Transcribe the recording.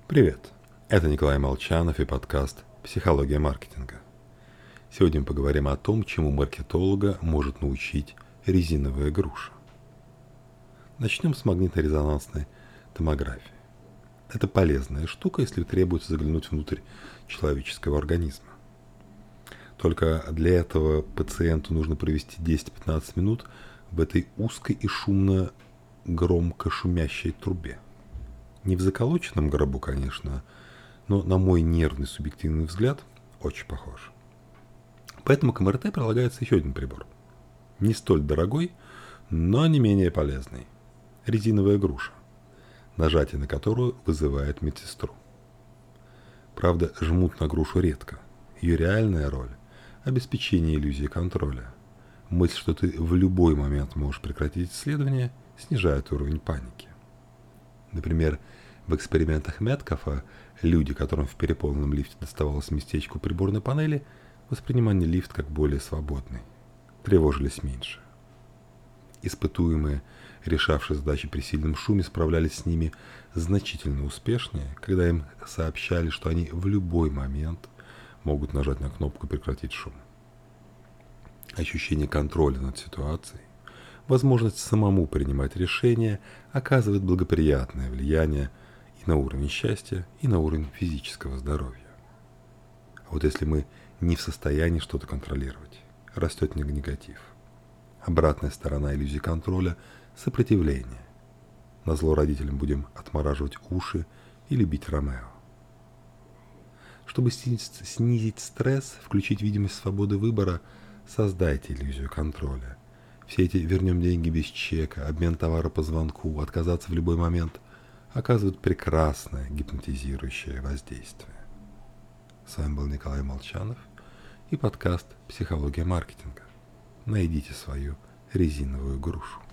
Привет, это Николай Молчанов и подкаст «Психология маркетинга». Сегодня мы поговорим о том, чему маркетолога может научить резиновая груша. Начнем с магнитно-резонансной томографии. Это полезная штука, если требуется заглянуть внутрь человеческого организма. Только для этого пациенту нужно провести 10-15 минут в этой узкой и шумно громко шумящей трубе. Не в заколоченном гробу, конечно, но на мой нервный субъективный взгляд очень похож. Поэтому к МРТ прилагается еще один прибор. Не столь дорогой, но не менее полезный. Резиновая груша, нажатие на которую вызывает медсестру. Правда, жмут на грушу редко. Ее реальная роль – обеспечение иллюзии контроля. Мысль, что ты в любой момент можешь прекратить исследование, снижает уровень паники. Например, в экспериментах Меткалфа люди, которым в переполненном лифте доставалось местечко у приборной панели, воспринимали лифт как более свободный, тревожились меньше. Испытуемые, решавшие задачи при сильном шуме, справлялись с ними значительно успешнее, когда им сообщали, что они в любой момент могут нажать на кнопку «Прекратить шум». Ощущение контроля над ситуацией, возможность самому принимать решения оказывает благоприятное влияние и на уровень счастья, и на уровень физического здоровья. А вот если мы не в состоянии что-то контролировать, растет негатив. Обратная сторона иллюзии контроля – сопротивление. Назло родителям будем отмораживать уши или бить Ромео. Чтобы снизить стресс, включить видимость свободы выбора, создайте иллюзию контроля. Все эти «вернем деньги без чека», обмен товара по звонку, отказаться в любой момент оказывают прекрасное гипнотизирующее воздействие. С вами был Николай Молчанов и подкаст «Психология маркетинга». Найдите свою резиновую грушу.